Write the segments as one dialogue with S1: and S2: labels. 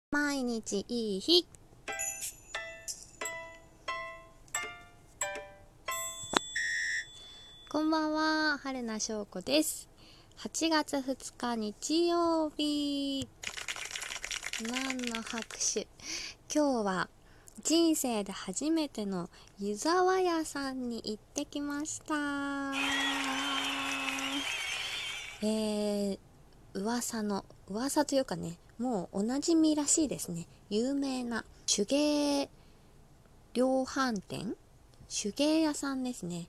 S1: 毎日いい日。こんばんは、春名翔子です。8月2日日曜日。何の拍手。今日は人生で初めての湯沢屋さんに行ってきました。噂というかね、もうおなじみらしいですね。有名な手芸量販店、手芸屋さんですね。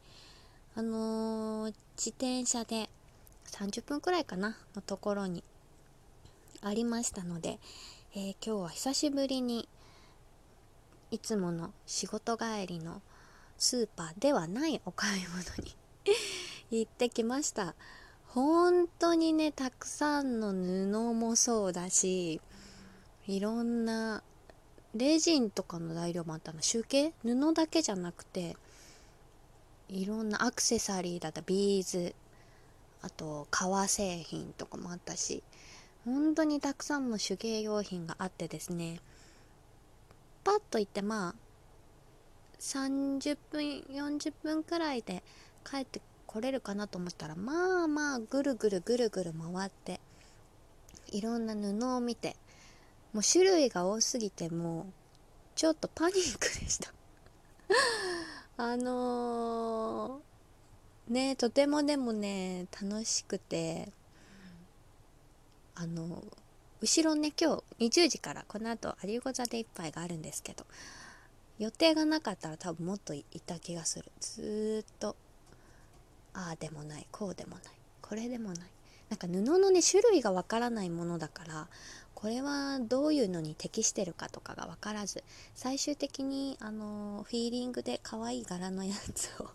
S1: 自転車で30分くらいかなのところにありましたので、今日は久しぶりにいつもの仕事帰りのスーパーではないお買い物に行ってきました。本当にね、たくさんの布もそうだし、いろんなレジンとかの材料もあったの。手芸布だけじゃなくて、いろんなアクセサリーだった、ビーズ、あと革製品とかもあったし、本当にたくさんの手芸用品があってですね、パッと行って30分40分くらいで帰ってこれるかなと思ったら、ぐるぐるぐるぐる回っていろんな布を見て、もう種類が多すぎて、もうちょっとパニックでしたね、とてもでもね、楽しくて、後ろね、今日20時からこの後有子座で一杯があるんですけど、予定がなかったら多分もっといた気がする。ずーっとああでもない、こうでもない、これでもない、なんか布のね、種類がわからないものだから、これはどういうのに適してるかとかがわからず、最終的にフィーリングで可愛い柄のやつを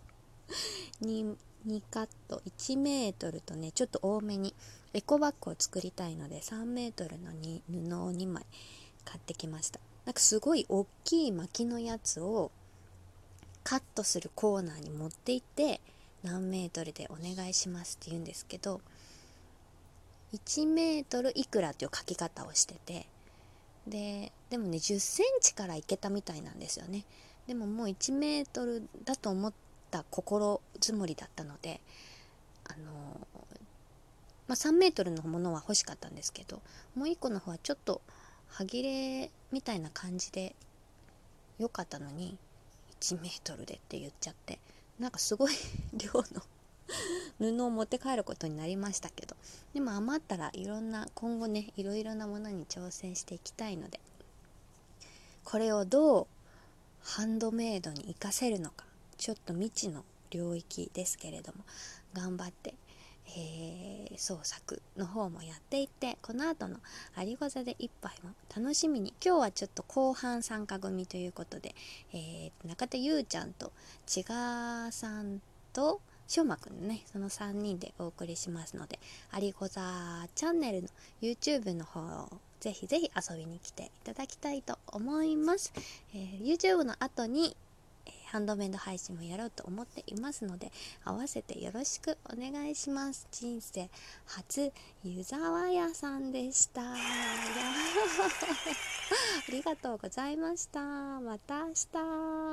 S1: 2カット1メートルとね、ちょっと多めにエコバッグを作りたいので3メートルの布を2枚買ってきました。なんかすごい大きい巻きのやつをカットするコーナーに持って行って、何メートルでお願いしますって言うんですけど、1メートルいくらっていう書き方をしてて、でもね、10センチからいけたみたいなんですよね。でももう1メートルだと思った心づもりだったので、3メートルのものは欲しかったんですけど、もう1個の方はちょっと歯切れみたいな感じで良かったのに、1メートルでって言っちゃって、なんかすごい量の布を持って帰ることになりましたけど、でも余ったら今後ね、いろいろなものに挑戦していきたいので、これをどうハンドメイドに活かせるのか、ちょっと未知の領域ですけれども、頑張って、創作の方もやっていって、この後の有子座で一杯も楽しみに。今日はちょっと後半参加組ということで、中田優ちゃんと千賀さんとしょうまくんのね、その3人でお送りしますので、有子座チャンネルの YouTube の方、ぜひぜひ遊びに来ていただきたいと思います。YouTube の後にハンドメイド配信もやろうと思っていますので、合わせてよろしくお願いします。人生初湯沢屋さんでした。ありがとうございました。また明日。